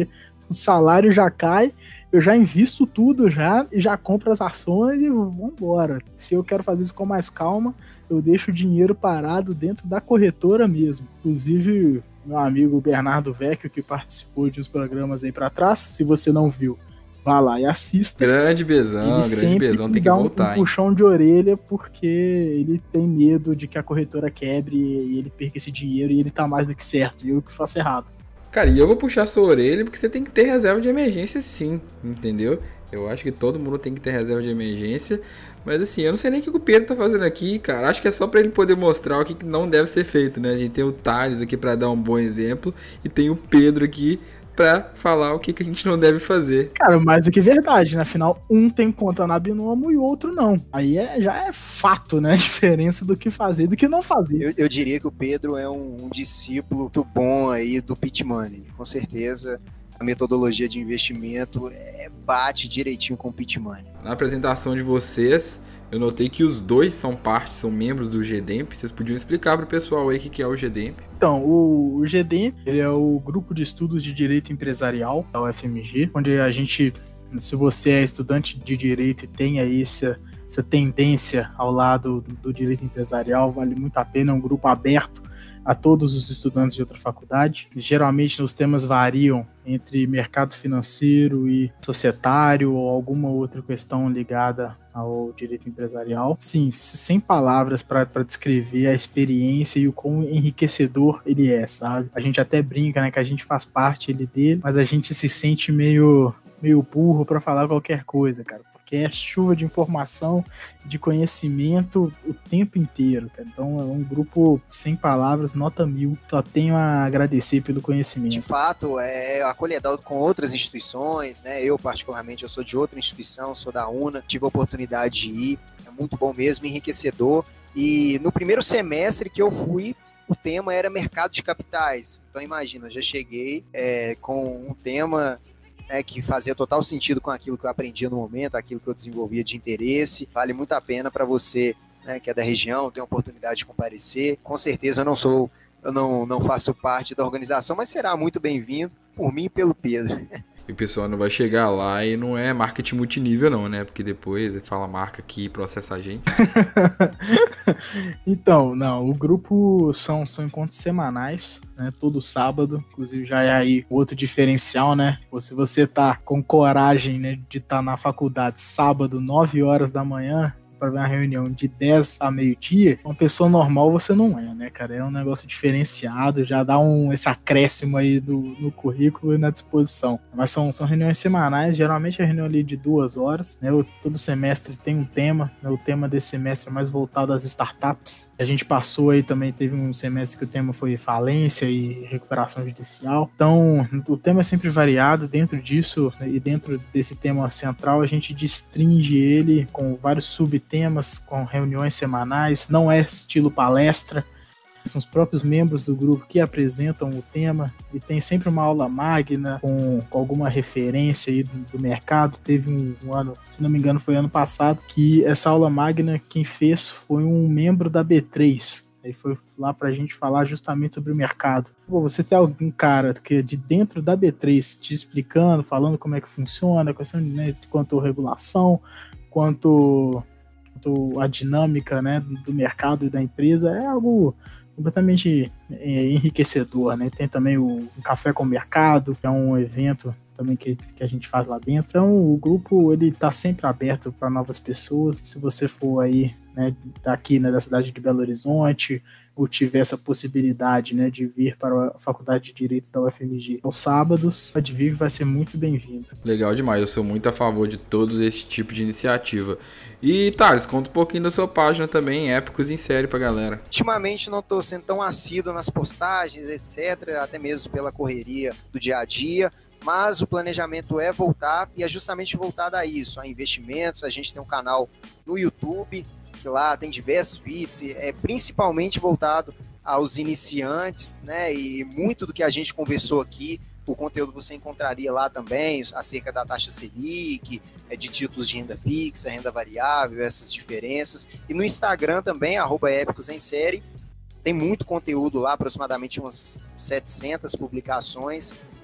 o salário já cai, eu já invisto tudo já e já compro as ações e vambora. Se eu quero fazer isso com mais calma, eu deixo o dinheiro parado dentro da corretora mesmo. Inclusive, meu amigo Bernardo Vecchio, que participou de uns programas aí pra trás, se você não viu, vá lá e assista. Grande Bezão, ele grande Bezão, tem que dá voltar, um, um puxão de orelha porque ele tem medo de que a corretora quebre e ele perca esse dinheiro e ele tá mais do que certo, e eu que faço errado. Cara, e eu vou puxar sua orelha porque você tem que ter reserva de emergência sim, entendeu? Eu acho que todo mundo tem que ter reserva de emergência, mas assim, eu não sei nem o que o Pedro tá fazendo aqui, cara. Acho que é só pra ele poder mostrar o que não deve ser feito, né? A gente tem o Thales aqui pra dar um bom exemplo e tem o Pedro aqui pra falar o que, que a gente não deve fazer. Cara, mais do que verdade, né? Afinal, um tem conta na Binomo e o outro não. Aí é, já é fato, né? A diferença do que fazer e do que não fazer. Eu, eu diria que o Pedro é um, um discípulo muito bom aí do Pit Money. Com certeza, a metodologia de investimento é, bate direitinho com o Pit Money. Na apresentação de vocês, eu notei que os dois são parte, são membros do G D E M P. Vocês podiam explicar pro pessoal aí o que é o G D E M P? Então, o, o G D E M P ele é o Grupo de Estudos de Direito Empresarial da U F M G, onde a gente, se você é estudante de Direito e tem aí essa, essa tendência ao lado do, do Direito Empresarial, vale muito a pena, é um grupo aberto a todos os estudantes de outra faculdade. Geralmente os temas variam entre mercado financeiro e societário ou alguma outra questão ligada ao direito empresarial. Sim, sem palavras para descrever a experiência e o quão enriquecedor ele é, sabe? A gente até brinca, né, que a gente faz parte ele dele, mas a gente se sente meio, meio burro para falar qualquer coisa, cara. Que é chuva de informação, de conhecimento o tempo inteiro, cara. Então é um grupo sem palavras, nota mil. Só tenho a agradecer pelo conhecimento. De fato, é acolhedor com outras instituições, né? Eu, particularmente, eu sou de outra instituição, sou da UNA, tive a oportunidade de ir, é muito bom mesmo, enriquecedor. E no primeiro semestre que eu fui, o tema era mercado de capitais. Então imagina, eu já cheguei é, com um tema... É, que fazia total sentido com aquilo que eu aprendia no momento, aquilo que eu desenvolvia de interesse. Vale muito a pena para você, né, que é da região, tem a oportunidade de comparecer. Com certeza eu não sou, eu não, não faço parte da organização, mas será muito bem-vindo por mim e pelo Pedro. E o pessoal não vai chegar lá e não é marketing multinível não, né? Porque depois fala marca aqui e processa a gente. Então, não, o grupo são, são encontros semanais, né? Todo sábado, inclusive já é aí outro diferencial, né? Ou se você tá com coragem, né, de estar tá na faculdade sábado, nove horas da manhã, para ver uma reunião de dez a meio-dia, uma pessoa normal você não é, né, cara? É um negócio diferenciado, já dá um, esse acréscimo aí do, no currículo e na disposição. Mas são, são reuniões semanais, geralmente é reunião ali de duas horas, né? Todo semestre tem um tema, né? O tema desse semestre é mais voltado às startups. A gente passou aí também, teve um semestre que o tema foi falência e recuperação judicial. Então, o tema é sempre variado. Dentro disso, né, e dentro desse tema central, a gente destringe ele com vários subtemas, temas, com reuniões semanais, não é estilo palestra, são os próprios membros do grupo que apresentam o tema e tem sempre uma aula magna com, com alguma referência aí do, do mercado. Teve um, um ano, se não me engano foi ano passado, que essa aula magna quem fez foi um membro da B três. Aí foi lá pra gente falar justamente sobre o mercado. Pô, você tem algum cara que é de dentro da B três te explicando, falando como é que funciona, a questão, né, quanto à regulação, quanto a dinâmica, né, do mercado e da empresa, é algo completamente é, enriquecedor, né? Tem também o, o Café com o Mercado, que é um evento também que, que a gente faz lá dentro. Então o grupo ele tá sempre aberto para novas pessoas. Se você for aí, né, daqui, né, da cidade de Belo Horizonte, ou tiver essa possibilidade, né, de vir para a Faculdade de Direito da U F M G aos sábados, pode vir, vai ser muito bem-vindo. Legal demais, eu sou muito a favor de todo esse tipo de iniciativa. E, Thales, conta um pouquinho da sua página também, Épicos em Série pra galera. Ultimamente não estou sendo tão assíduo nas postagens, etcétera, até mesmo pela correria do dia a dia, mas o planejamento é voltar, e é justamente voltado a isso, a investimentos. A gente tem um canal no YouTube, que lá tem diversos vídeos, é principalmente voltado aos iniciantes, né? E muito do que a gente conversou aqui, o conteúdo você encontraria lá também, acerca da taxa Selic, de títulos de renda fixa, renda variável, essas diferenças. E no Instagram também, arroba Épicos em Série, tem muito conteúdo lá, aproximadamente umas setecentas publicações,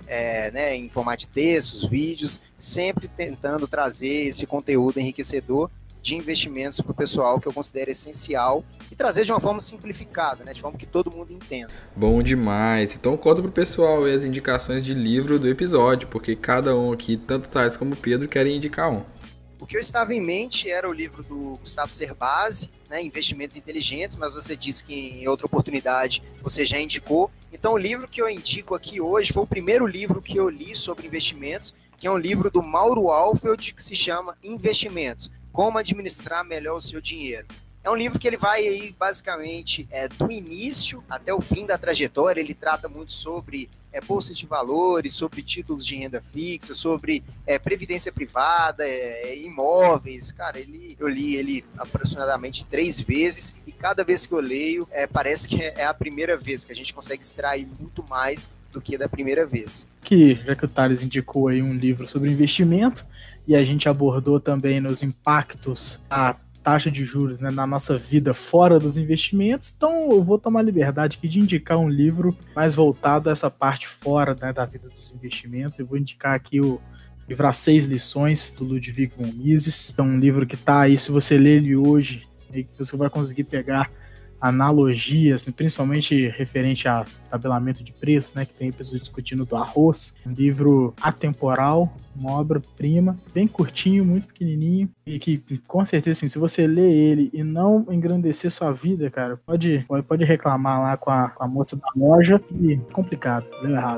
é, né, em formato de textos, vídeos, sempre tentando trazer esse conteúdo enriquecedor de investimentos para o pessoal que eu considero essencial e trazer de uma forma simplificada, né, de forma que todo mundo entenda. Bom demais. Então conta pro pessoal aí as indicações de livro do episódio, porque cada um aqui, tanto Thales como o Pedro, querem indicar um. O que eu estava em mente era o livro do Gustavo Cerbasi, né, Investimentos Inteligentes, mas você disse que em outra oportunidade você já indicou. Então o livro que eu indico aqui hoje foi o primeiro livro que eu li sobre investimentos, que é um livro do Mauro Alfeld, que se chama Investimentos, Como Administrar Melhor o Seu Dinheiro. É um livro que ele vai aí basicamente é, do início até o fim da trajetória. Ele trata muito sobre é, bolsas de valores, sobre títulos de renda fixa, sobre é, previdência privada, é, imóveis. Cara, ele, eu li ele aproximadamente três vezes e cada vez que eu leio é, parece que é a primeira vez, que a gente consegue extrair muito mais do que da primeira vez. Que, já que o Thales indicou aí um livro sobre investimento e a gente abordou também nos impactos a taxa de juros, né, na nossa vida fora dos investimentos, então eu vou tomar a liberdade aqui de indicar um livro mais voltado a essa parte fora, né, da vida dos investimentos. Eu vou indicar aqui o livro As Seis Lições, do Ludwig von Mises. É um livro que tá aí, se você ler ele hoje, aí você vai conseguir pegar analogias, principalmente referente a tabelamento de preço, né, que tem pessoas discutindo do arroz. Um livro atemporal, uma obra-prima, bem curtinho, muito pequenininho, e que, com certeza, assim, se você ler ele e não engrandecer sua vida, cara, pode, pode, pode reclamar lá com a, com a moça da loja, e é complicado, deu errado.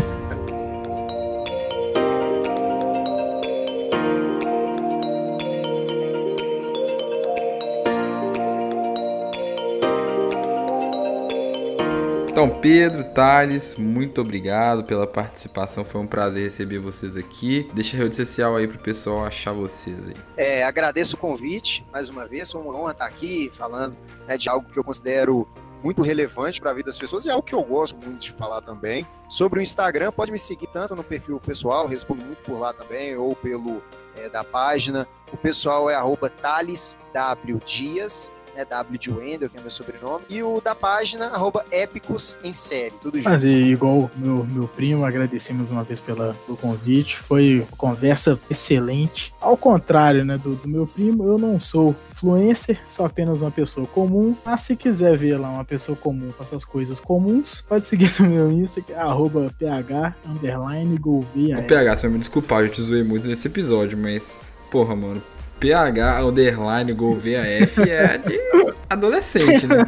Então, Pedro, Thales, muito obrigado pela participação, foi um prazer receber vocês aqui. Deixa a rede social aí pro pessoal achar vocês aí. É, agradeço o convite, mais uma vez, foi uma honra estar aqui falando, né, de algo que eu considero muito relevante para a vida das pessoas e é algo que eu gosto muito de falar também. Sobre o Instagram, pode me seguir tanto no perfil pessoal, respondo muito por lá também, ou pelo é, da página. O pessoal é arroba Thales W Dias, né, W de Wendel, que é meu sobrenome, e o da página, arroba Épicos em Série, tudo junto. Mas igual meu, meu primo, agradecemos uma vez pela, pelo convite, foi uma conversa excelente. Ao contrário, né, do, do meu primo, eu não sou influencer, sou apenas uma pessoa comum, mas se quiser ver lá uma pessoa comum com essas coisas comuns, pode seguir no meu Insta, que é arroba ph underline Gouveia. Ô, P H, você vai me desculpar, eu te zoei muito nesse episódio, mas, porra, mano, P H underline Gouveia F é de adolescente, né?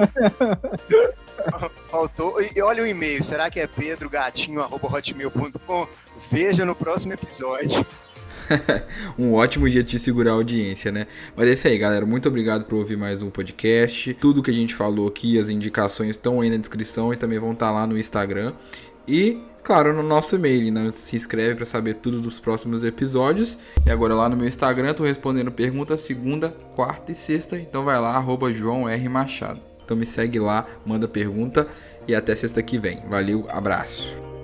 Faltou. E olha o e-mail, será que é pedro gatinho arroba hotmail ponto com? Veja no próximo episódio. Um ótimo dia de te segurar a audiência, né? Mas é isso aí, galera. Muito obrigado por ouvir mais um podcast. Tudo que a gente falou aqui, as indicações estão aí na descrição e também vão estar lá no Instagram. E, claro, no nosso e-mail, né? Se inscreve para saber tudo dos próximos episódios. E agora lá no meu Instagram, tô respondendo perguntas segunda, quarta e sexta. Então vai lá, arroba João R. Machado. Então me segue lá, manda pergunta e até sexta que vem. Valeu, abraço.